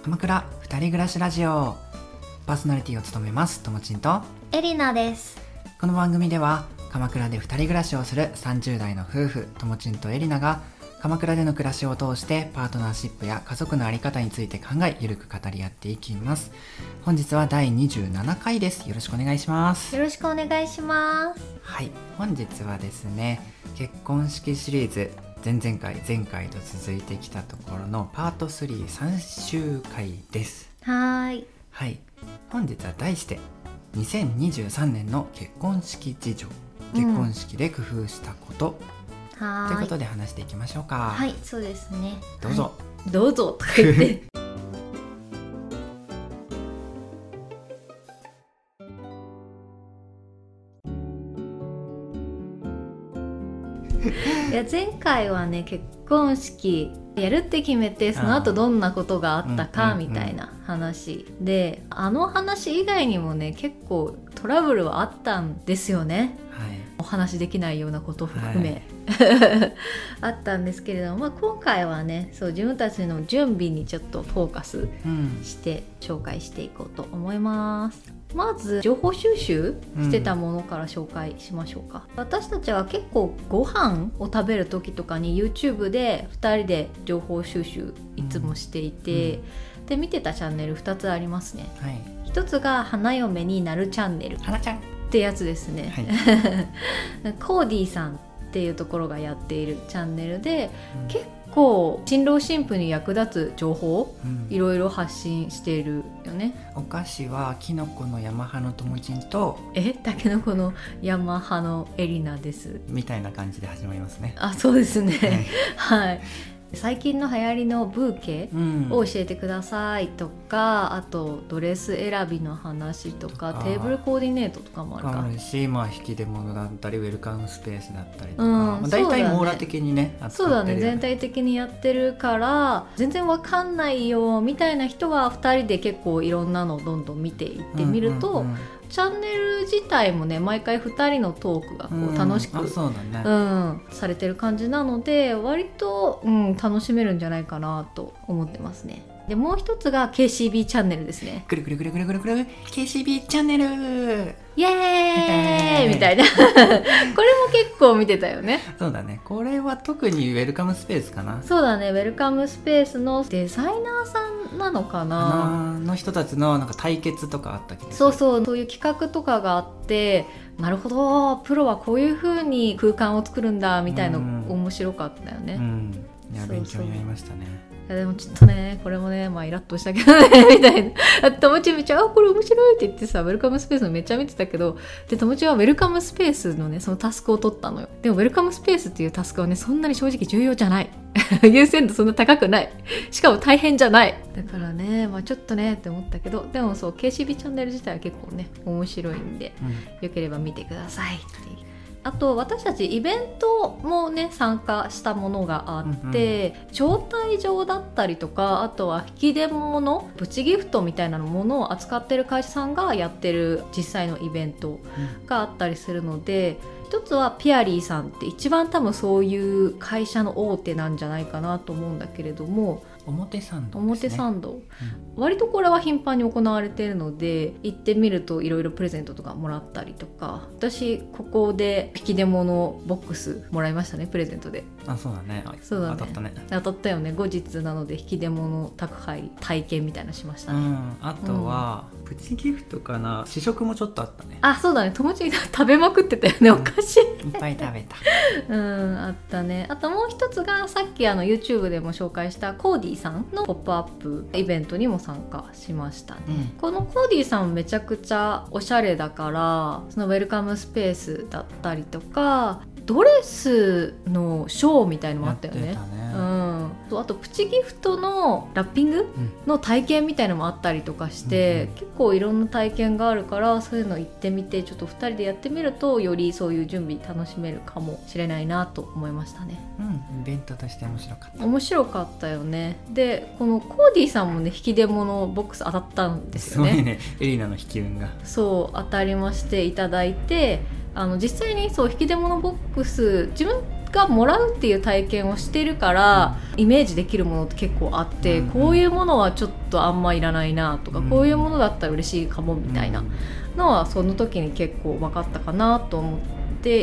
鎌倉二人暮らしラジオパーソナリティを務めますともちんとエリナです。 この番組では鎌倉で二人暮らしをする30代の夫婦ともちんとエリナが鎌倉での暮らしを通してパートナーシップや家族の在り方について考えゆるく語り合っていきます。本日は第27回です。よろしくお願いします。 よろしくお願いします。 はい、本日はですね、結婚式シリーズ前々回前回と続いてきたところのパート3、3週回です。 はい、 本日は題して2023年の結婚式事情、結婚式で工夫したこと、ということで話していきましょうか。 はい、そうですね。 どうぞ、 はい、どうぞとか言っていや前回はね、結婚式やるって決めてその後どんなことがあったかみたいな話で、あの話以外にもね結構トラブルはあったんですよね。お話できないようなことを含め、あったんですけれども、今回はね、そう自分たちの準備にちょっとフォーカスして紹介していこうと思います。まず情報収集してたものから紹介しましょうか。私たちは結構ご飯を食べる時とかに YouTube で2人で情報収集いつもしていて、で見てたチャンネル2つありますね。1つが花嫁になるチャンネル、 花ちゃんってやつですね、コーディさんっていうところがやっているチャンネルで、結構新郎新婦に役立つ情報、いろいろ発信しているよね。 お菓子はきのこの山派のともちんとたけのこの山派のエリナですみたいな感じで始まりますね。 あ、そうですねはい最近の流行りのブーケを教えてくださいとか、あとドレス選びの話とかテーブルコーディネートとかもあるかし、引き出物だったりウェルカムスペースだったりとか、大体網羅的にね、 そうだね、全体的にやってるから全然わかんないよみたいな人は2人で結構いろんなのをどんどん見ていってみると、チャンネル自体もね、毎回2人のトークがこう楽しく、されてる感じなので、割と、楽しめるんじゃないかなと思ってますね。でもう一つが KCB チャンネルですね。 くるくるくるくるくるくる KCB チャンネルイエーイみたいなこれも結構見てたよね。 そうだね、これは特にウェルカムスペースかな。 そうだね、ウェルカムスペースのデザイナーさんなのかなの人たちのなんか対決とかあったけど、 そういう企画とかがあって、なるほどプロはこういう風に空間を作るんだみたいなの面白かったよね。 いや、勉強になりましたね。 いやでもちょっとね、これもね、イラッとしたけどねみたいな。友達めっちゃこれ面白いって言ってさ、ウェルカムスペースのめっちゃ見てたけど、で友達はウェルカムスペースのねそのタスクを取ったのよ。でもウェルカムスペースっていうタスクはね、そんなに正直重要じゃない優先度そんな高くない、しかも大変じゃない。だからね、ちょっとねって思ったけど、でもそう KCB チャンネル自体は結構ね面白いんで、よければ見てくださいっていう。あと私たちイベントもね参加したものがあって、招待状だったりとか、あとは引き出物、プチギフトみたいなものを扱ってる会社さんがやってる実際のイベントがあったりするので、一つはピアリーさんって一番多分そういう会社の大手なんじゃないかなと思うんだけれども、 表参道ですね。 表参道、割とこれは頻繁に行われているので、行ってみるといろいろプレゼントとかもらったりとか、私ここで引き出物ボックスもらいましたね、プレゼントで。 そうだね、当たったね。 当たったよね。後日なので引き出物宅配体験みたいなのしましたね。 あとは、プチギフトかな、試食もちょっとあったね。 そうだね、友達食べまくってたよね、お菓子いっぱい食べたあったね。あともう一つがさっきYouTube でも紹介したコーディさんのポップアップイベントにも参加しましたね。このコーディさんめちゃくちゃおしゃれだから、そのウェルカムスペースだったりとか、ドレスのショーみたいのもあったよね。あとプチギフトのラッピングの体験みたいのもあったりとかして、結構いろんな体験があるから、そういうの行ってみて、ちょっと2人でやってみるとよりそういう準備楽しめるかもしれないなと思いましたね。 イベントとして面白かった。 面白かったよね。でこのコーディさんもね、引き出物ボックス当たったんですよね。 すごいね、エリナの引き運が。 当たりましていただいて、実際にそう引き出物ボックス自分がもらうっていう体験をしてるから、イメージできるものって結構あって、こういうものはちょっとあんまいらないなとか、こういうものだったら嬉しいかもみたいなのはその時に結構分かったかなと思って、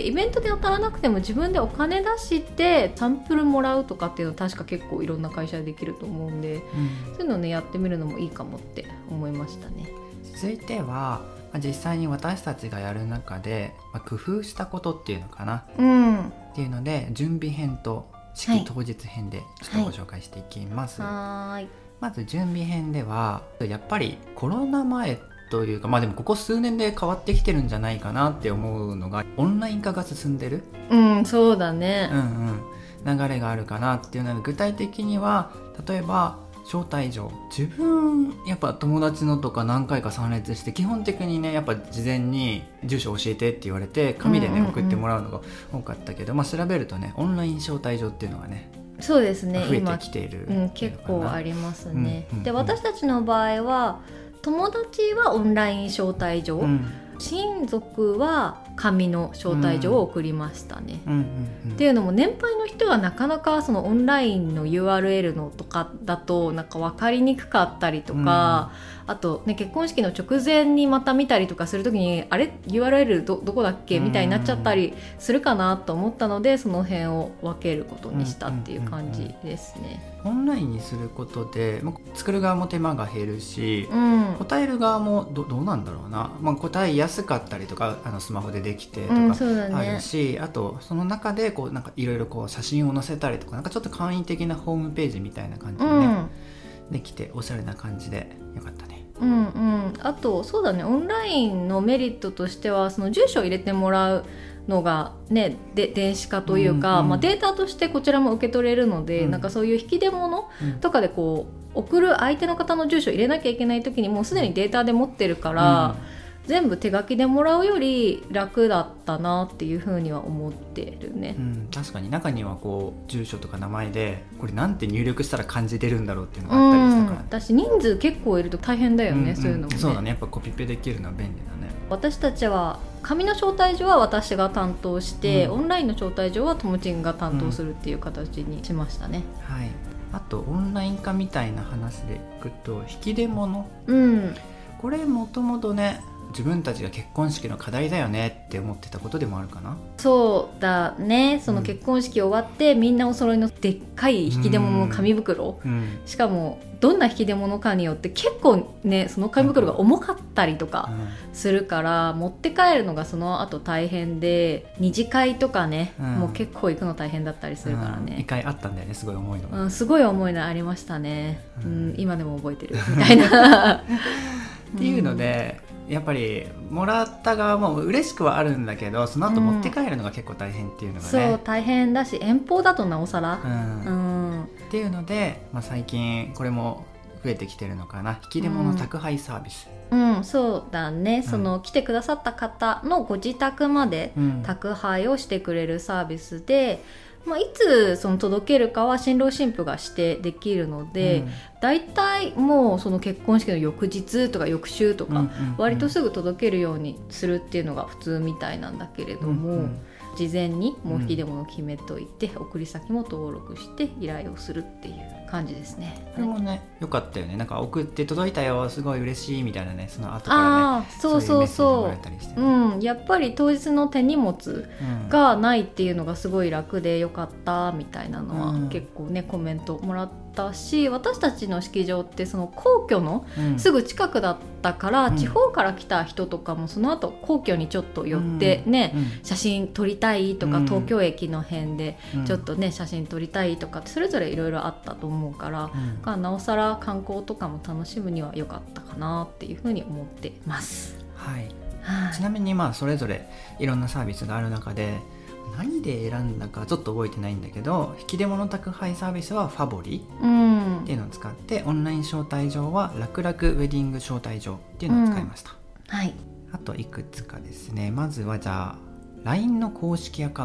イベントで当たらなくても自分でお金出してサンプルもらうとかっていうのは確か結構いろんな会社でできると思うんで、そういうのをねやってみるのもいいかもって思いましたね。 続いては実際に私たちがやる中で、工夫したことっていうのかな、っていうので準備編と式当日編でちょっとご紹介していきます。まず準備編ではやっぱりコロナ前というか、でもここ数年で変わってきてるんじゃないかなって思うのがオンライン化が進んでる、 そうだね、 流れがあるかなっていうので、具体的には例えば招待状、自分やっぱ友達のとか何回か参列して、基本的にねやっぱ事前に住所教えてって言われて紙でね、送ってもらうのが多かったけど、調べるとねオンライン招待状っていうのがね、 そうですね、 増えてきている、 結構ありますね。で、私たちの場合は友達はオンライン招待状、親族は紙の招待状を送りましたね。っていうのも年配の人はなかなかそのオンラインの URL のとかだとなんか分かりにくかったりとか、あとね結婚式の直前にまた見たりとかするときにあれ URL どこだっけみたいになっちゃったりするかなと思ったので、その辺を分けることにしたっていう感じですね。 オンラインにすることで作る側も手間が減るし、答える側もどうなんだろうな、答えやすかったりとかスマホでできてとかあるし、あとその中でこうなんかいろいろこう写真を載せたりとか、なんかちょっと簡易的なホームページみたいな感じでね、できておしゃれな感じでよかったね。 あとそうだね、オンラインのメリットとしてはその住所を入れてもらうのがね、電子化というか、データとしてこちらも受け取れるので、なんかそういう引き出物とかでこう送る相手の方の住所を入れなきゃいけない時にもうすでにデータで持ってるから、全部手書きでもらうより楽だったなっていうふうには思ってるね。 確かに中にはこう住所とか名前でこれなんて入力したら漢字出るんだろうっていうのがあったりしたから、 私人数結構いると大変だよね、そういうのもね。 そうだね、やっぱコピペできるのは便利だね。 私たちは紙の招待状は私が担当して、オンラインの招待状はともちんが担当するっていう形にしましたね。 あとオンライン化みたいな話でいくと引き出物、これもともとね自分たちが結婚式の課題だよねって思ってたことでもあるかな。 そうだね、その結婚式終わって、みんなお揃いのでっかい引き出物の紙袋、しかもどんな引き出物かによって結構ねその紙袋が重かったりとかするから、持って帰るのがその後大変で、二次会とかね、もう結構行くの大変だったりするからね。 一回あったんだよね、すごい重いのが、 すごい重いのありましたね。今でも覚えてるみたいなっていうので、やっぱりもらった側も嬉しくはあるんだけど、その後持って帰るのが結構大変っていうのがね、 そう大変だし、遠方だとなおさら、 っていうので、最近これも増えてきてるのかな、引き出物宅配サービス。 そうだね、その来てくださった方のご自宅まで宅配をしてくれるサービスで、いつその届けるかは新郎新婦が指定できるので、だいたいもうその結婚式の翌日とか翌週とか割とすぐ届けるようにするっていうのが普通みたいなんだけれども、事前にもう引き出物を決めといて、送り先も登録して依頼をするっていう感じですね。 これもね良かったよね。なんか送って届いたよすごい嬉しいみたいなね、その後からね、そういうメッセージもらえたりしてね、 やっぱり当日の手荷物がないっていうのがすごい楽でよかったみたいなのは結構ねコメントもらったし、私たちの式場ってその皇居のすぐ近くだったから、地方から来た人とかもその後皇居にちょっと寄ってね、写真撮りたいとか、東京駅の辺でちょっとね写真撮りたいとかってそれぞれいろいろあったと思うから、なおさら観光とかも楽しむには良かったかなっていうふうに思ってます。 ちなみにそれぞれいろんなサービスがある中で何で選んだかちょっと覚えてないんだけど、引き出物宅配サービスはファボリっていうのを使って、オンライン招待状は楽々ウェディング招待状っていうのを使いました。あといくつかですね。まずはじゃあ LINE の公式アカウント、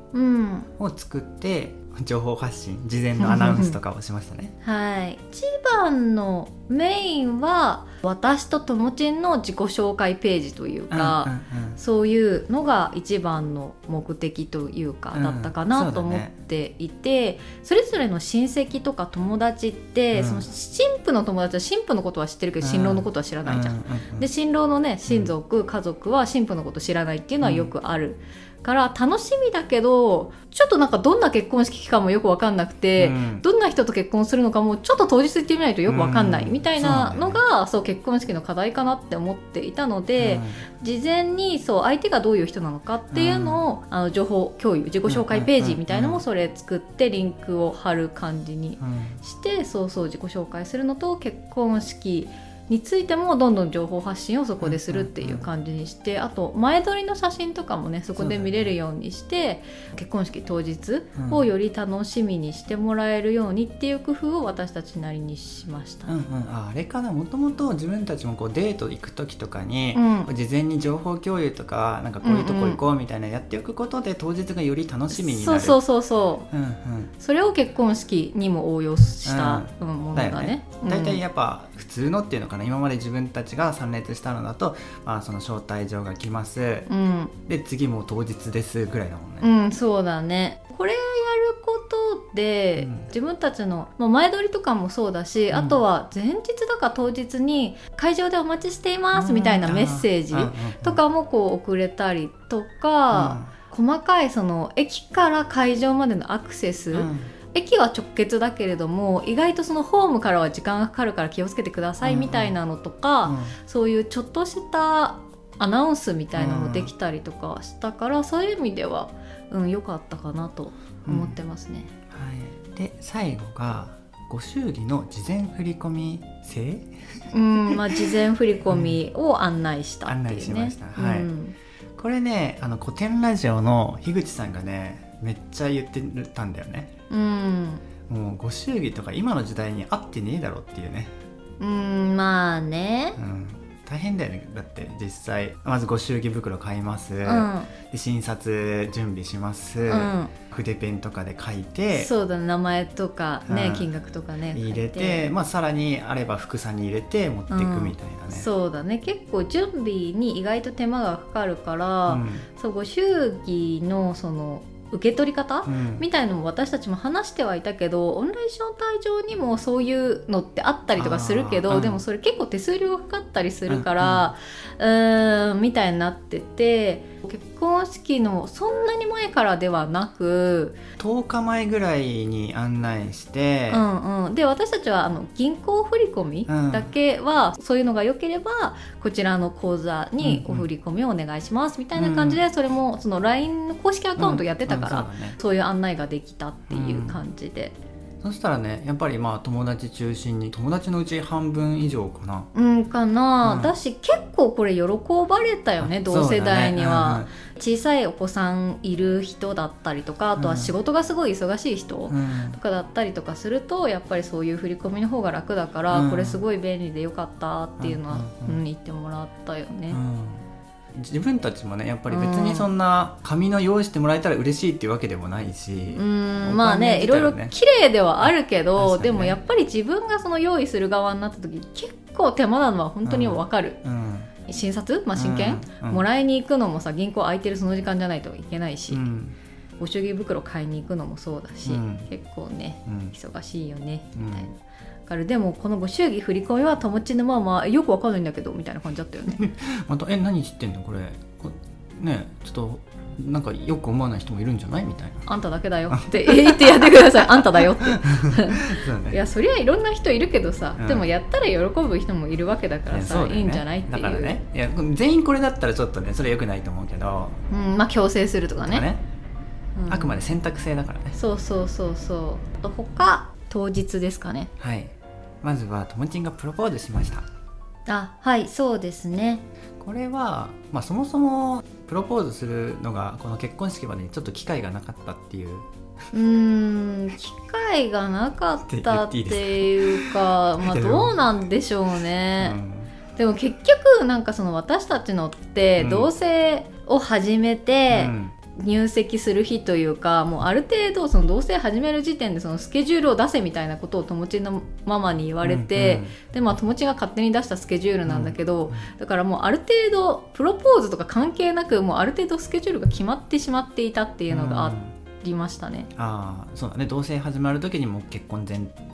うんを作って情報発信、事前のアナウンスとかをしましたね。 はい、一番のメインは私とともちんの自己紹介ページというか、そういうのが一番の目的というか、だったかなと思っていて、それぞれの親戚とか友達って、その新婦の友達は新婦のことは知ってるけど新郎のことは知らないじゃん。で新郎のね親族、家族は新婦のこと知らないっていうのはよくある。から楽しみだけどちょっとなんかどんな結婚式かもよく分かんなくて、どんな人と結婚するのかもちょっと当日行ってみないとよく分かんないみたいなのが、そう結婚式の課題かなって思っていたので、事前にそう相手がどういう人なのかっていうのを、情報共有、自己紹介ページみたいなのもそれ作ってリンクを貼る感じにして、そう自己紹介するのと結婚式についてもどんどん情報発信をそこでするっていう感じにして、あと前撮りの写真とかもねそこで見れるようにして、結婚式当日をより楽しみにしてもらえるようにっていう工夫を私たちなりにしました。 あれかな、もともと自分たちもこうデート行く時とかに、事前に情報共有とかなんかこういうとこ行こうみたいなやっておくことで、当日がより楽しみになる。それを結婚式にも応用したものだね。 だいたいやっぱ普通のっていうのかな、今まで自分たちが参列したのだと、その招待状が来ます、で次も当日ですぐらいだもんね。 そうだね。これやることで、自分たちの、前撮りとかもそうだし、あとは前日だか当日に会場でお待ちしていますみたいなメッセージとかもこう送れたりとか、細かいその駅から会場までのアクセス、駅は直結だけれども意外とそのホームからは時間がかかるから気をつけてくださいみたいなのとか、そういうちょっとしたアナウンスみたいなのもできたりとかしたから、そういう意味では良かったかなと思ってますね。 で最後がご祝儀の事前振込制事前振込を案内したっていうね。 案内しました。これね古典ラジオの樋口さんがねめっちゃ言ってたんだよね。もうご祝儀とか今の時代に合ってねえだろっていうね。 まあね、 大変だよね。だって実際まずご祝儀袋買います、で診察準備します、筆ペンとかで書いて、 そうだね、名前とかね、金額とかね入れて、さらにあれば副菜に入れて持っていくみたいなね。 そうだね、結構準備に意外と手間がかかるから、そうご祝儀のその受け取り方、みたいのも私たちも話してはいたけど、オンライン招待状にもそういうのってあったりとかするけど、でもそれ結構手数料がかかったりするから、みたいになってて、結婚式のそんなに前からではなく 10日前ぐらいに案内して、 で私たちは銀行振込だけは、そういうのが良ければこちらの口座にお振り込みをお願いしますみたいな感じで、それもその LINE の公式アカウントやってたから、そういう案内ができたっていう感じで、 そしたらね、やっぱり友達中心に、友達のうち半分以上かなだし結構これ喜ばれたよね、同世代には。小さいお子さんいる人だったりとか、あとは仕事がすごい忙しい人とかだったりとかすると、やっぱりそういう振り込みの方が楽だから、これすごい便利でよかったっていうのは言ってもらったよね。 自分たちもね、やっぱり別にそんな紙の用意してもらえたら嬉しいっていうわけでもないし、 まあね、いろいろ綺麗ではあるけど、でもやっぱり自分がその用意する側になった時結構手間なのは本当に分かる。診察、親権、もらいに行くのもさ、銀行空いてるその時間じゃないといけないし、ご祝儀袋買いに行くのもそうだし、結構ね、忙しいよねみたいな。からでもこのご祝儀振り込みは友達のよくわかんないんだけどみたいな感じだったよね。 また何知ってんのこれね、ちょっとなんかよく思わない人もいるんじゃないみたいな。 あんただけだよって言ってやってください。あんただよっていやそりゃいろんな人いるけどさ、でもやったら喜ぶ人もいるわけだからさ、いいんじゃないっていう。 だからね、いや全員これだったらちょっとね、それ良くないと思うけど、 強制するとかね、 あくまで選択制だからね。 そうあと他当日ですかね。 まずはともちんがプロポーズしました。 そうですね。 これは、そもそもプロポーズするのがこの結婚式までにちょっと機会がなかったっていう。 機会がなかったっていうかどうなんでしょうね。でも結局なんかその私たちのって同棲を始めて、 入籍する日というか、もうある程度その同棲始める時点でそのスケジュールを出せみたいなことを友達のママに言われて、で友達が勝手に出したスケジュールなんだけど、だからもうある程度プロポーズとか関係なくもうある程度スケジュールが決まってしまっていたっていうのがありましたね。 ああ、そうだね。同棲始まる時にも結婚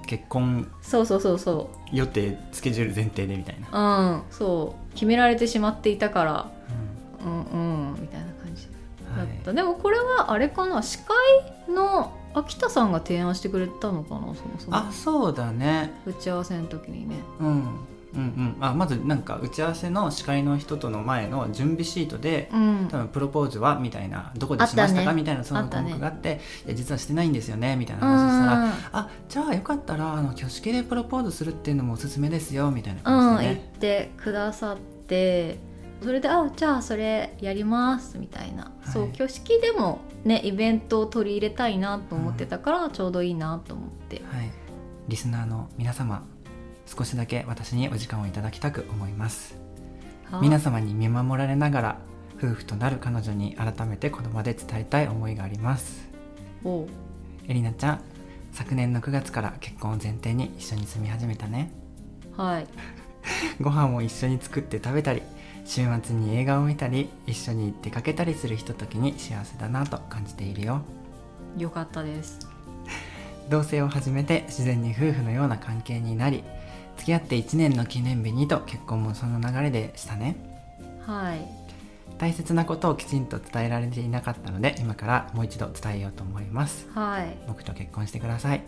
そう予定スケジュール前提でみたいな、 そう決められてしまっていたから、みたいな感じだった、でもこれはあれかな、司会の秋田さんが提案してくれたのかな、そもそも。 あ、そうだね。 打ち合わせの時にね。 まずなんか打ち合わせの司会の人との前の準備シートで、多分プロポーズはみたいな、どこでしましたかみたいなその項目があって、いや実はしてないんですよねみたいな話をしたら、じゃあよかったら挙式でプロポーズするっていうのもおすすめですよみたいな感じでね、 言ってくださって、それでじゃあそれやりますみたいな、そう挙式でもねイベントを取り入れたいなと思ってたから、ちょうどいいなと思って、 リスナーの皆様、少しだけ私にお時間をいただきたく思います。皆様に見守られながら夫婦となる彼女に改めてこの場で伝えたい思いがあります。エリナちゃん、昨年の9月から結婚を前提に一緒に住み始めたね。ご飯を一緒に作って食べたり、週末に映画を見たり、一緒に出かけたりするひとときに幸せだなと感じているよ。 よかったです。 同棲を始めて自然に夫婦のような関係になり、付き合って1年の記念日にと結婚もその流れでしたね。大切なことをきちんと伝えられていなかったので、今からもう一度伝えようと思います。僕と結婚してください。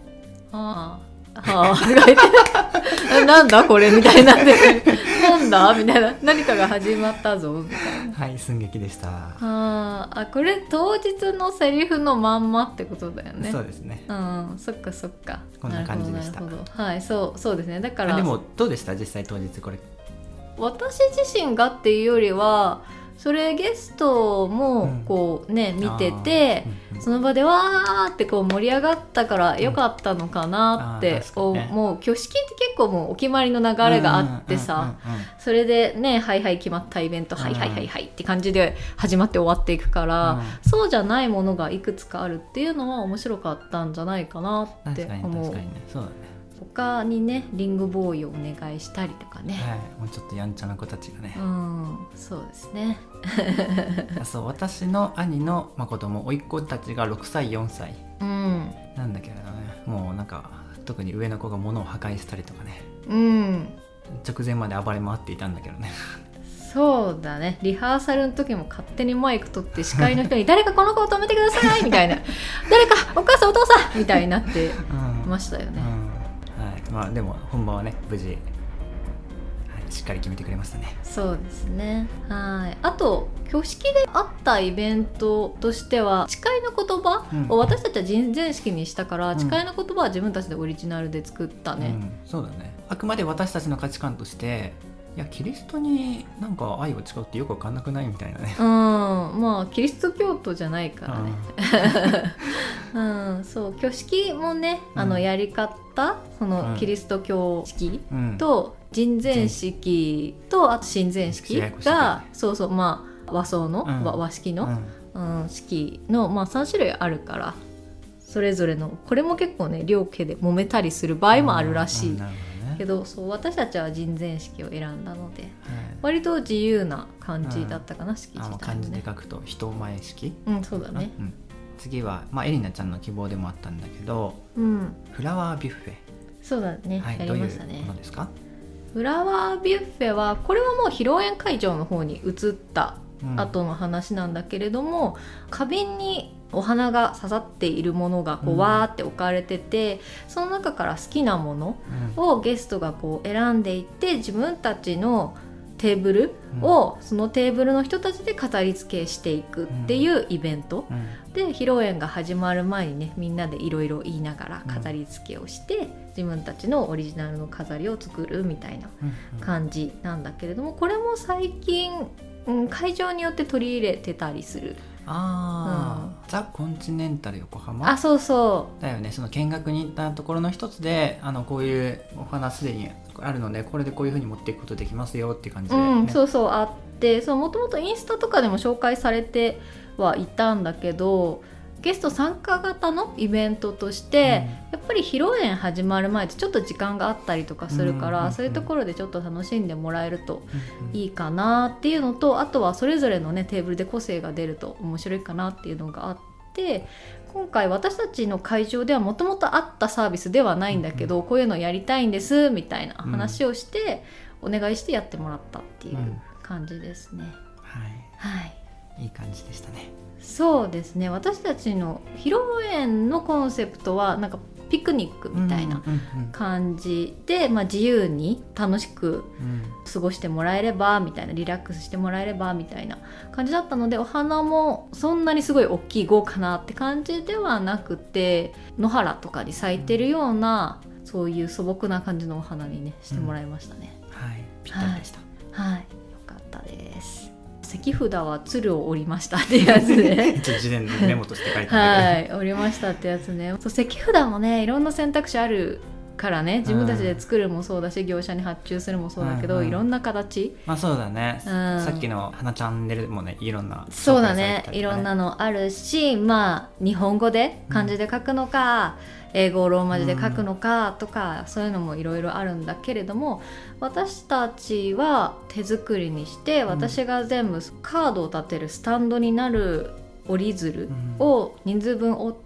なんだこれみたいになってなんだみたいな、何かが始まったぞみたいな。 寸劇でした。 これ当日のセリフのまんまってことだよね。 そうですね。 そっかそっか。 こんな感じでした。 そうですね。だからでもどうでした実際当日これ。 私自身がっていうよりは、それゲストもこうね、見てて、その場でわーってこう盛り上がったから良かったのかなって思う。挙式って結構もうお決まりの流れがあってさ、それでね、決まったイベント、はいって感じで始まって終わっていくから、そうじゃないものがいくつかあるっていうのは面白かったんじゃないかなって思う。 確かにね、そうだね。 他にね、リングボーイをお願いしたりとかね、 もうちょっとやんちゃな子たちがね、 そうですねそう、私の兄の子供、甥っ子たちが6歳4歳なんだけれどね、もうなんか特に上の子が物を破壊したりとかね、直前まで暴れ回っていたんだけどねそうだね、リハーサルの時も勝手にマイク取って司会の人に誰かこの子を止めてくださいみたいな誰かお母さんお父さんみたいになってましたよね。 でも本番はね無事、しっかり決めてくれましたね。 そうですね。あと挙式であったイベントとしては、誓いの言葉を私たちは人前式にしたから、誓いの言葉は自分たちでオリジナルで作ったね。 そうだね。あくまで私たちの価値観として、いやキリストになんか愛を誓うってよく分かんなくないみたいなね。キリスト教徒じゃないからねそう、挙式もね、やり方、そのキリスト教式と人前式と、あと神前式が、和装の、和式の、式の、3種類あるから、それぞれのこれも結構ね、両家で揉めたりする場合もあるらしいけど、そう私たちは人前式を選んだので、割と自由な感じだったかな、式自体もね。 漢字で書くと人前式。 そうだね。 次は、エリナちゃんの希望でもあったんだけど、フラワービュッフェ。 そうだね、やりましたね。 どういうものですか？ フラワービュッフェは、これはもう披露宴会場の方に移った後の話なんだけれども、花瓶にお花が刺さっているものがこうわーって置かれてて、その中から好きなものをゲストがこう選んでいって、自分たちのテーブルをそのテーブルの人たちで飾り付けしていくっていうイベントで、披露宴が始まる前にね、みんなでいろいろ言いながら飾り付けをして、自分たちのオリジナルの飾りを作るみたいな感じなんだけれども、これも最近、会場によって取り入れてたりする。 ザ・コンチネンタル横浜。 そうそうだよね。その見学に行ったところの一つで、こういうお花すでにあるので、これでこういう風に持っていくことできますよっていう感じで、ね。 そうあって、もともとインスタとかでも紹介されてはいたんだけど、ゲスト参加型のイベントとして、やっぱり披露宴始まる前ってちょっと時間があったりとかするから、そういうところでちょっと楽しんでもらえるといいかなっていうのと、あとはそれぞれのねテーブルで個性が出ると面白いかなっていうのがあって、今回私たちの会場ではもともとあったサービスではないんだけど、こういうのやりたいんですみたいな話をして、お願いしてやってもらったっていう感じですね。はい、 いい感じでしたね。 そうですね、私たちの披露宴のコンセプトはなんかピクニックみたいな感じで、自由に楽しく過ごしてもらえればみたいな、リラックスしてもらえればみたいな感じだったので、お花もそんなにすごい大きい豪華なって感じではなくて、野原とかに咲いてるような、そういう素朴な感じのお花にねしてもらいましたね。 ぴったりでした。 はい、よかったです。席札は鶴を折りましたっていうやつで事前のメモとして書いてある折りましたってやつね。そう、席札もねいろんな選択肢あるからね、自分たちで作るもそうだし、業者に発注するもそうだけど、いろんな形、 そうだね、さっきの花チャンネルもねいろんな、 そうだね、いろんなのあるし、日本語で漢字で書くのか、英語をローマ字で書くのかとか、そういうのもいろいろあるんだけれども、私たちは手作りにして、私が全部カードを立てるスタンドになる折り鶴を人数分折って、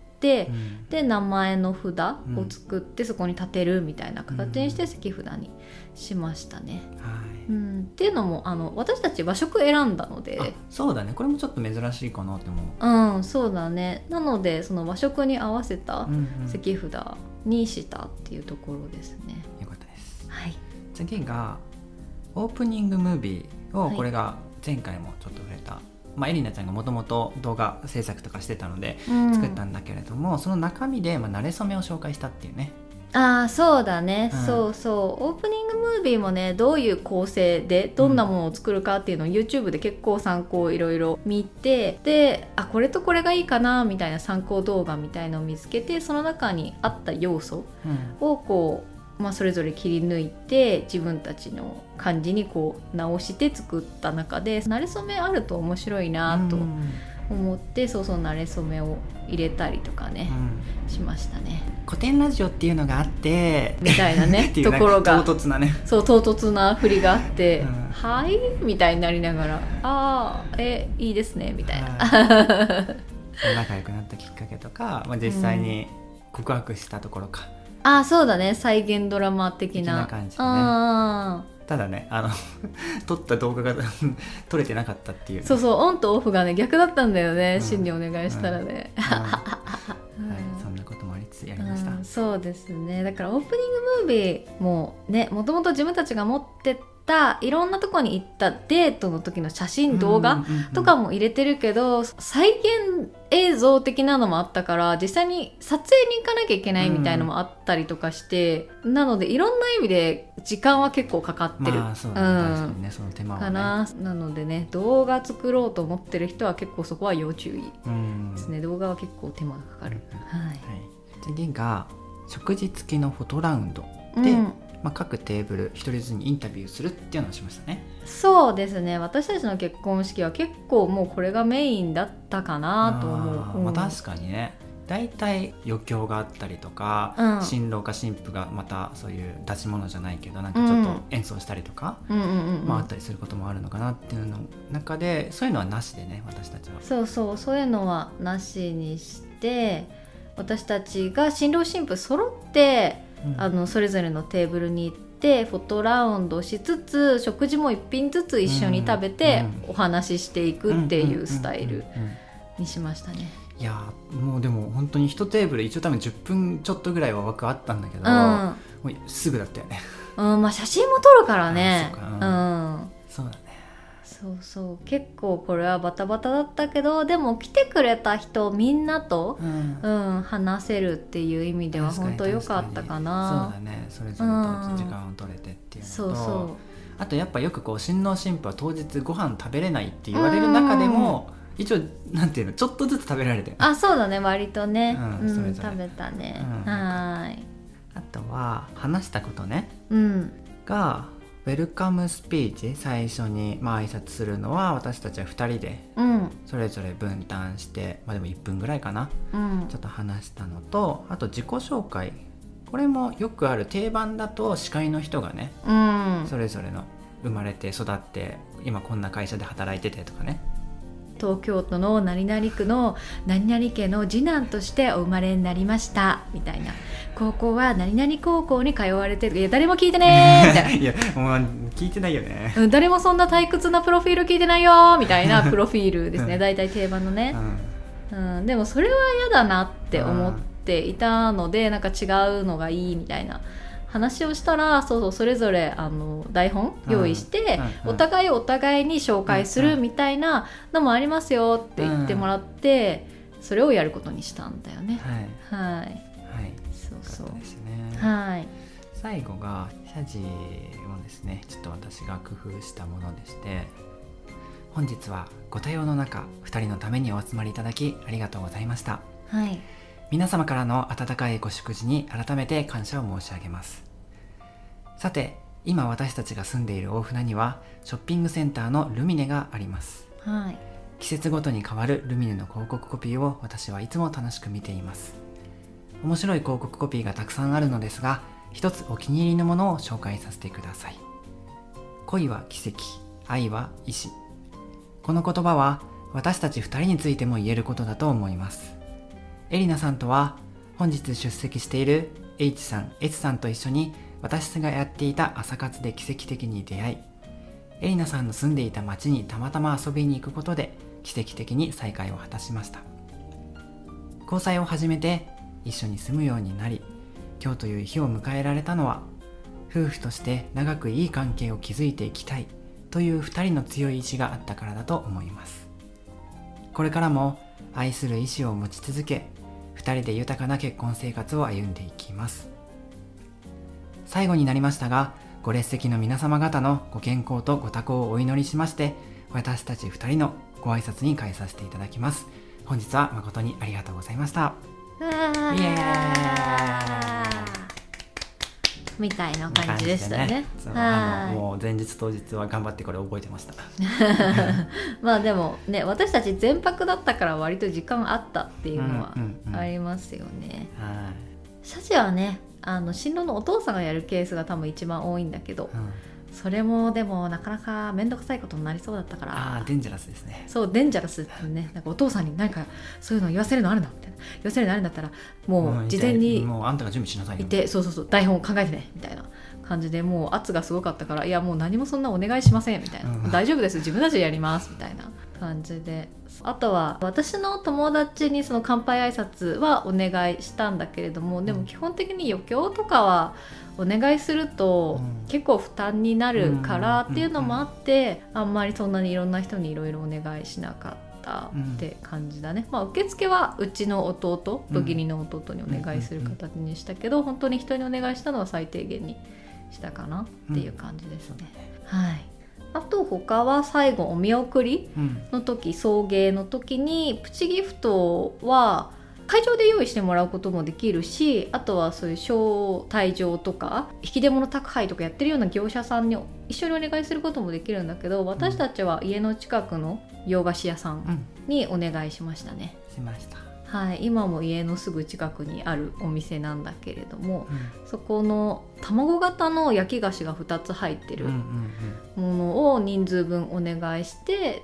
で名前の札を作ってそこに立てるみたいな形にして席札にしましたね。っていうのも私たち和食選んだので、 そうだね、これもちょっと珍しいかなって思う。 そうだね。なのでその和食に合わせた席札にしたっていうところですね。 よかったです。 はい、 次がオープニングムービーを、これが前回もちょっと触れた、エリナちゃんがもともと動画制作とかしてたので作ったんだけれども、その中身で馴れ初めを紹介したっていうね。 そうだね、そうそう、オープニングムービーもね、どういう構成でどんなものを作るかっていうのを YouTube で結構参考いろいろ見て、でこれとこれがいいかなみたいな参考動画みたいのを見つけて、その中にあった要素をこう、それぞれ切り抜いて自分たちの感じにこう直して作った中で、馴れ初めあると面白いなと思って、馴れ初めを入れたりとかね、しましたね。 古典ラジオっていうのがあってみたいなねところが唐突なね、 そう唐突な振りがあって、はいみたいになりながら、いいですねみたいな、 仲良くなったきっかけとか、実際に告白したところか、 そうだね、再現ドラマ的な感じでね。ただね、撮った動画が撮れてなかったっていう、 そうオンとオフがね逆だったんだよね、真にお願いしたらね、 そんなこともありつつやりました。 そうですね。だからオープニングムービーもね、もともと自分たちが持ってたいろんなとこに行ったデートの時の写真動画とかも入れてるけど、再現映像的なのもあったから、実際に撮影に行かなきゃいけないみたいのもあったりとかして、なのでいろんな意味で時間は結構かかってる、 そうだね、確かにね、その手間はねかな。なのでね、動画作ろうと思ってる人は結構そこは要注意ですね。動画は結構手間がかかる。 次が食事付きのフォトラウンドで、各テーブル一人ずつにインタビューするっていうのをしましたね。 そうですね、私たちの結婚式は結構もうこれがメインだったかなと思う。 確かにね、だいたい余興があったりとか、新郎か新婦がまたそういう出し物じゃないけどなんかちょっと演奏したりとかあったりすることもあるのかなっていうの中で、そういうのはなしでね、私たちはそういうのはなしにして、私たちが新郎新婦揃ってそれぞれのテーブルに行ってフォトラウンドしつつ、食事も一品ずつ一緒に食べてお話ししていくっていうスタイルにしましたね。 いやもうでも本当に1テーブル一応多分10分ちょっとぐらいは枠あったんだけど、もうすぐだったよね。 写真も撮るからね。 そうだね。 そう結構これはバタバタだったけど、でも来てくれた人みんなと、話せるっていう意味では本当良かったかな。 そうだね、それぞれと時間を取れてっていうのと、あとやっぱよくこう新郎新婦は当日ご飯食べれないって言われる中でも、一応なんていうの、ちょっとずつ食べられて、 そうだね、割とね、食べたね。 あとは話したことね、がウェルカムスピーチ最初に挨拶するのは私たちは2人でそれぞれ分担して、でも1分ぐらいかな、ちょっと話したのと、あと自己紹介、これもよくある定番だと司会の人がね、それぞれの生まれて育って今こんな会社で働いててとかね、 東京都の何々区の何々家の次男としてお生まれになりましたみたいな、高校は何々高校に通われてる、いや誰も聞いてねーみたいないやもう聞いてないよね、 誰もそんな退屈なプロフィール聞いてないよみたいなプロフィールですね大体定番のね、でもそれは嫌だなって思っていたので、なんか違うのがいいみたいな話をしたら、それぞれ台本用意して、お互いに紹介するみたいなのもありますよって言ってもらって、それをやることにしたんだよね。はい、そうですね。はい。 最後が謝辞をですね、ちょっと私が工夫したものでして、本日はご多様の中2人のためにお集まりいただきありがとうございました。 はい。 皆様からの温かいご祝辞に改めて感謝を申し上げます。さて、今私たちが住んでいる大船にはショッピングセンターのルミネがあります。 はい。 季節ごとに変わるルミネの広告コピーを私はいつも楽しく見ています。面白い広告コピーがたくさんあるのですが、一つお気に入りのものを紹介させてください。恋は奇跡、愛は意志。この言葉は私たち2人についても言えることだと思います。エリナさんとは本日出席している H さん、S さんと一緒に私がやっていた朝活で奇跡的に出会い、エリナさんの住んでいた町にたまたま遊びに行くことで奇跡的に再会を果たしました。交際を始めて一緒に住むようになり、今日という日を迎えられたのは、夫婦として長くいい関係を築いていきたいという2人の強い意志があったからだと思います。これからも愛する意志を持ち続け、2人で豊かな結婚生活を歩んでいきます。最後になりましたが、ご列席の皆様方のご健康とご多幸をお祈りしまして、私たち2人のご挨拶に変えさせていただきます。本日は誠にありがとうございました。イエーイみたいな感じでしたね。 もう前日当日は頑張ってこれ覚えてました。 まあでもね、私たち全泊だったから割と時間あったっていうのはありますよね。謝辞はね、新郎のお父さんがやるケースが多分一番多いんだけど、それもでもなかなか面倒くさいことになりそうだったから。 デンジャラスですね。 そう、デンジャラスってね、なんかお父さんに何かそういうの言わせるのあるのみたいな、言わせるのあるんだったらもう事前にもうあんたが準備しなさいよ、 いて、そう台本考えてねみたいな感じで、もう圧がすごかったから、いやもう何もそんなお願いしませんみたいな、大丈夫です自分たちでやりますみたいな感じで、あとは私の友達にその乾杯挨拶はお願いしたんだけれども、でも基本的に余興とかはお願いすると結構負担になるからっていうのもあって、あんまりそんなにいろんな人にいろいろお願いしなかったって感じだね。受付はうちの弟、義理の弟にお願いする形にしたけど、本当に人にお願いしたのは最低限にしたかなっていう感じですね。はい。あと他は最後お見送りの時、送迎の時にプチギフトは会場で用意してもらうこともできるし、あとはそういう招待状とか引き出物宅配とかやってるような業者さんに一緒にお願いすることもできるんだけど、私たちは家の近くの洋菓子屋さんにお願いしましたね。 しました。 はい、今も家のすぐ近くにあるお店なんだけれども、そこの卵型の焼き菓子が2つ入ってるものを人数分お願いして、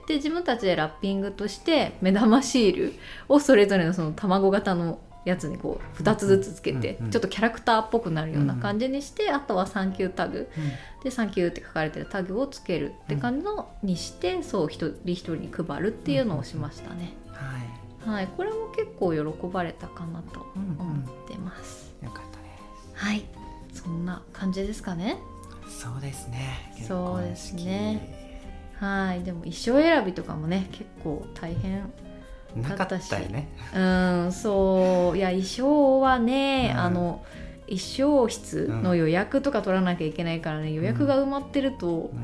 で自分たちでラッピングとして目玉シールをそれぞれのその卵型のやつにこう2つずつつけて、ちょっとキャラクターっぽくなるような感じにして、あとはサンキュータグでサンキューって書かれてるタグをつけるって感じのにして、そう一人一人に配るっていうのをしましたね。はい、これも結構喜ばれたかなと思ってます。 よかったです。 はい、そんな感じですかね。 そうですね。 そうですね。はい、でも衣装選びとかもね結構大変だったし。 なかったよね。 そう、いや衣装はね、衣装室の予約とか取らなきゃいけないからね、予約が埋まってると、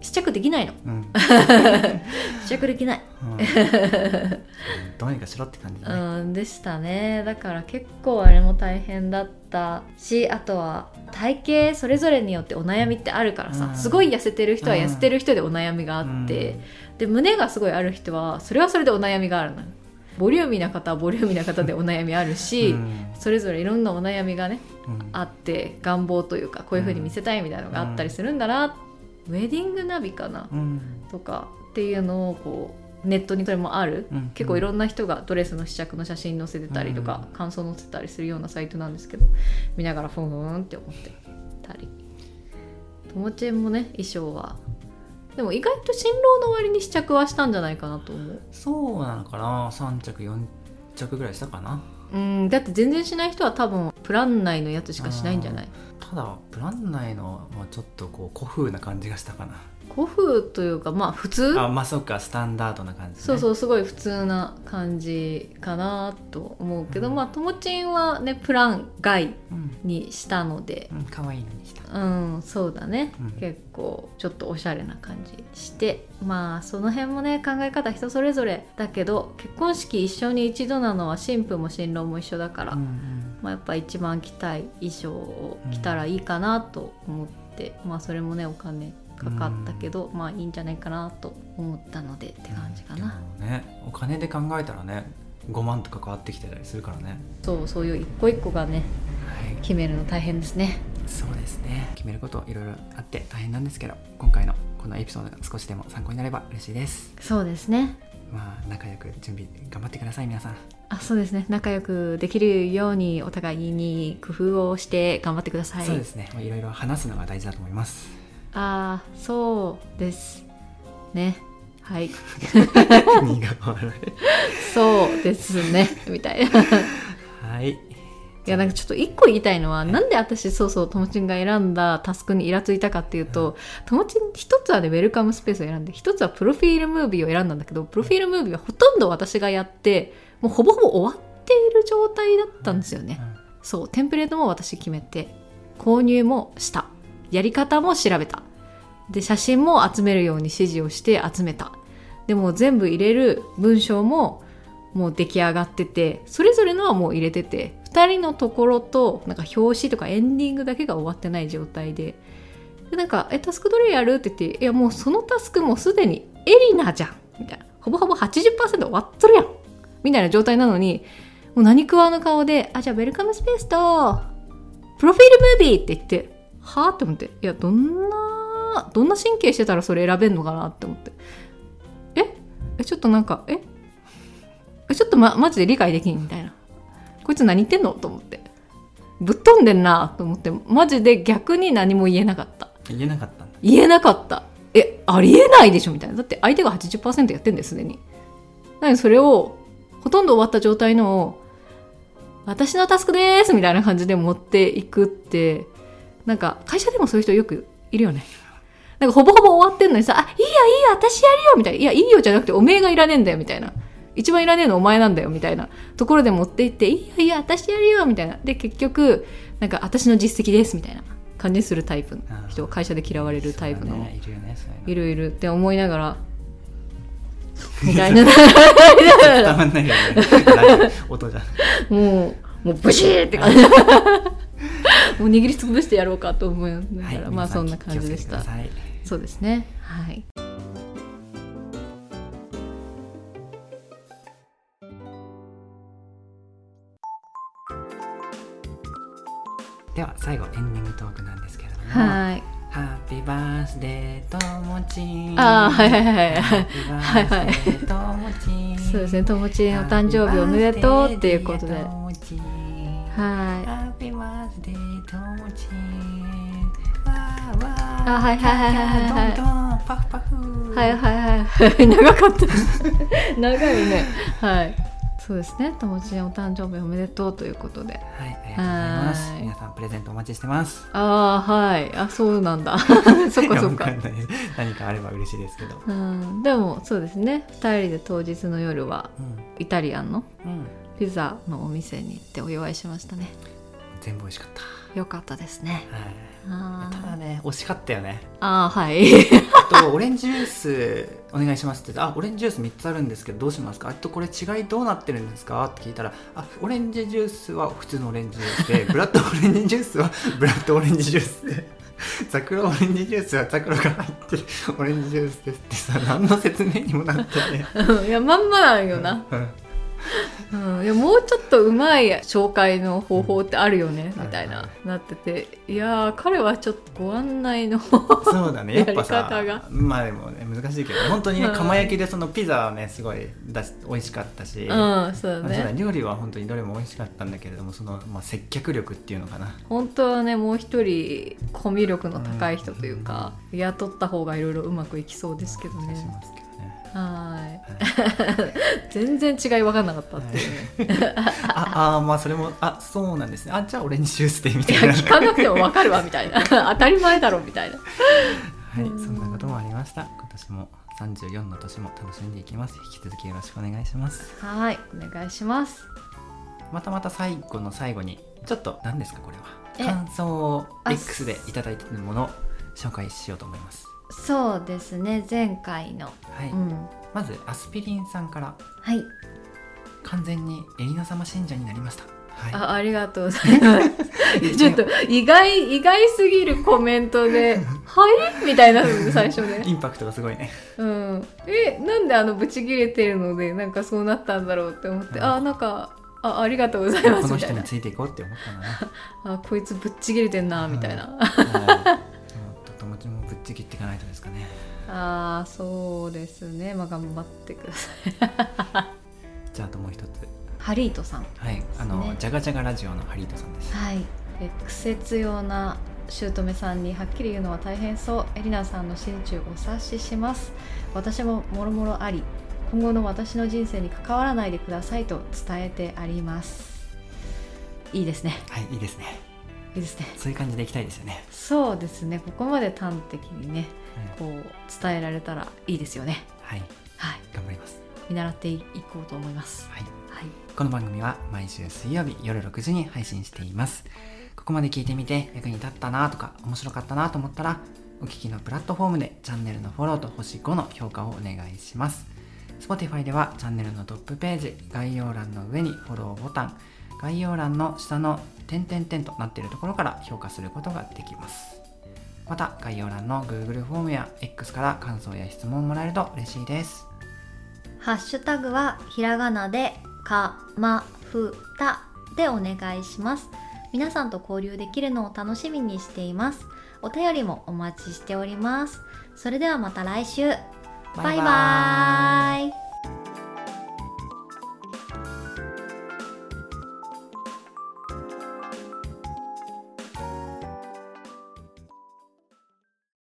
試着できないの試着できない、 どうにかしろって感じだね、 でしたね。だから結構あれも大変だったし、あとは体型それぞれによってお悩みってあるからさ、すごい痩せてる人は痩せてる人でお悩みがあって、で胸がすごいある人はそれはそれでお悩みがあるのよ。ボリューミーな方はボリューミーな方でお悩みあるし、それぞれいろんなお悩みがね、あって願望というかこういう風に見せたいみたいなのがあったりするんだな、ウェディングナビかな、とかっていうのをこうネットにそれもある、結構いろんな人がドレスの試着の写真載せてたりとか、感想載せたりするようなサイトなんですけど、見ながらふんふんって思ってたり、ともちんもね衣装はでも意外と新郎の割に試着はしたんじゃないかなと思う。 そうなのかな、3着4着ぐらいしたかな。 だって全然しない人は多分プラン内のやつしかしないんじゃない。 ただプラン内のはちょっとこう古風な感じがしたかな。 古風というかまあ普通、 そうか、スタンダードな感じ、ね、 そうすごい普通な感じかなと思うけど、ともちんはねプラン外にしたので、 可愛いのにした。 そうだね、結構ちょっとおしゃれな感じして、その辺もね考え方人それぞれだけど、結婚式一緒に一度なのは新婦も新郎も一緒だから、やっぱ一番着たい衣装を着たらいいかなと思って、それもねお金かかったけど、いいんじゃないかなと思ったのでって感じかな。 でもね、お金で考えたらね5万とか変わってきてたりするからね。 そういう一個一個がね、決めるの大変ですね。 そうですね、決めることいろいろあって大変なんですけど、今回のこのエピソードが少しでも参考になれば嬉しいです。 そうですね、 仲良く準備頑張ってください皆さん。 そうですね、仲良くできるようにお互いに工夫をして頑張ってください。 そうですね、いろいろ話すのが大事だと思います。 そうですね、はい。そうですねみたいなはい。 いやなんかちょっと一個言いたいのは、なんで私ともちんが選んだタスクにイラついたかっていうと、ともちん一つはねウェルカムスペースを選んで、一つはプロフィールムービーを選んだんだけど、プロフィールムービーはほとんど私がやってもうほぼほぼ終わっている状態だったんですよね、そうテンプレートも私決めて購入もした、やり方も調べた、で写真も集めるように指示をして集めた、でも全部入れる文章ももう出来上がってて、それぞれのはもう入れてて、2人のところとなんか表紙とかエンディングだけが終わってない状態で、なんかタスクどれやるって言って、いやもうそのタスクもすでにエリナじゃんみたいな、ほぼほぼ 80% 終わっとるやんみたいな状態なのに、もう何食わぬ顔で、じゃあウェルカムスペースとプロフィールムービーって言って、はぁって思って、いやどんな神経してたらそれ選べんのかなって思って、ちょっとなんかちょっとマジで理解できんみたいな、こいつ何言ってんのと思って、ぶっ飛んでんなと思って、マジで逆に何も言えなかった。 言えなかったんだ。 言えなかった。ありえないでしょみたいな。だって相手が 80% やってんですでに。なのにそれをほとんど終わった状態のを私のタスクでーすみたいな感じで持っていくって、なんか会社でもそういう人よくいるよね。なんかほぼほぼ終わってんのにさ、いいよ私やるよみたいな、いやいいよじゃなくておめえがいらねえんだよみたいな、一番いらねえのお前なんだよみたいなところで持っていって、いいよ私やるよみたいな、で結局なんか私の実績ですみたいな感じにするタイプの人、会社で嫌われるタイプの、 いるよね、 いるって思いながらみたいなたまんないよね音じゃもうブシーって感じもう握りつぶしてやろうかと思いながら、そんな感じでした。そうですね、はい。 では最後エンディングトークなんですけれども、 はい、 ハッピーバースデーともちん、 はいハッピーバースデーともちん、 そうですね、ともちんお誕生日おめでとうっていうことで、 ハッピーバースデーともちん、 はいパフパフ、 はい長かった長いね、はい、そうですね、ともちんお誕生日おめでとうということで、 はい、ありがとうございます。皆さんプレゼントお待ちしてます。 はい、そうなんだそっか何かあれば嬉しいですけど、 でもそうですね、2人で当日の夜はイタリアンのピザのお店に行ってお祝いしましたね。 全部美味しかった。 よかったですね。 はい、ただね惜しかったよね。 はいあとオレンジジュースお願いしますって言って、オレンジジュース3つあるんですけどどうしますか、これ違いどうなってるんですかって聞いたら、オレンジジュースは普通のオレンジジュースでブラッドオレンジジュースはブラッドオレンジジュースで桜オレンジジュースは桜が入ってるオレンジジュースですってさ、何の説明にもなってねいやまんまなんよないやもうちょっとうまい紹介の方法ってあるよね、みたいな、なってて、いやー彼はちょっとご案内のそうだね、やっぱさやり方がまあでもね難しいけど本当にね、釜焼きでそのピザはねすごい美味しかったし、 そうだね、 料理は本当にどれも美味しかったんだけれども、その、接客力っていうのかな、 本当はねもう一人コミュ力の高い人というか、雇った方がいろいろうまくいきそうですけどね。全然違い分かんなかったっていうねまあそれもそうなんですね、じゃあオレンジジュースでみたいな、 聞かなくても分かるわみたいな当たり前だろみたいなはい、そんなこともありました。今年も34の年も楽しんでいきます。引き続きよろしくお願いします。 はい、お願いします。 また最後の最後にちょっと何ですかこれは、感想を X でいただいているものを紹介しようと思います。 そうですね、前回の、 まずアスピリンさんから、完全にエリナ様信者になりました。 ありがとうございますちょっと意外すぎるコメントではいみたいな最初ねインパクトがすごいね。 なんでブチ切れてるのでなんかそうなったんだろうって思って、なんかありがとうございますみたいな、 この人についていこうって思ったのねこいつぶっちぎれてんなみたいな、 友達もぶっちぎっていかないとですかね。 そうですね、頑張ってくださいじゃあともう一つ、 ハリートさん、 ジャガジャガラジオのハリートさんです。 苦節用な姑さんにはっきり言うのは大変そう。エリナさんの心中お察しします。私ももろもろあり、今後の私の人生に関わらないでくださいと伝えてあります。いいですね。 いいですね。 いいですね。 そういう感じでいきたいですよね。 そうですね、ここまで端的にね、こう伝えられたらいいですよね。 頑張ります。 見習っていこうと思います。 この番組は毎週水曜日夜6時に配信しています。ここまで聞いてみて役に立ったなとか面白かったなと思ったら、お聞きのプラットフォームでチャンネルのフォローと星5の評価をお願いします。 Spotify ではチャンネルのトップページ概要欄の上にフォローボタン、概要欄の下の点々点となっているところから評価することができます。また概要欄の Google フォームや X から感想や質問をもらえると嬉しいです。 ハッシュタグはひらがなでかまふたでお願いします。皆さんと交流できるのを楽しみにしています。お便りもお待ちしております。それではまた来週。バイバーイ。